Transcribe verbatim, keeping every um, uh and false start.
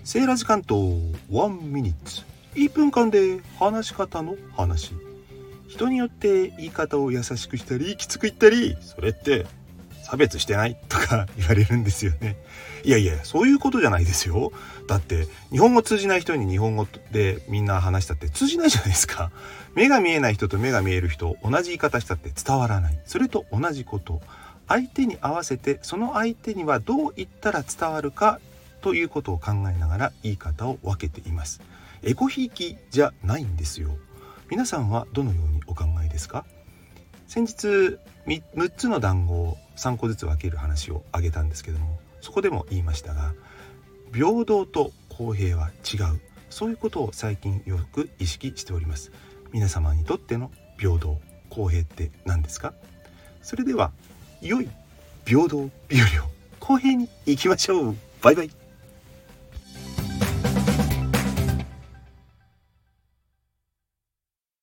セーラジ関東ワンミニッツいっぷんかんで話し方の話。人によって言い方を優しくしたりきつく言ったり、それって差別してないとか言われるんですよね。いやいや、そういうことじゃないですよ。だって日本語通じない人に日本語でみんな話したって通じないじゃないですか。目が見えない人と目が見える人、同じ言い方したって伝わらない。それと同じこと、相手に合わせてその相手にはどう言ったら伝わるかということを考えながら言い方を分けています。エコひいきじゃないんですよ。皆さんはどのようにお考えですか？先日むっつの団子をさんこずつ分ける話を挙げたんですけども、そこでも言いましたが、平等と公平は違う、そういうことを最近よく意識しております。皆様にとっての平等公平って何ですか？それでは良い平等日和を公平にいきましょう。バイバイ。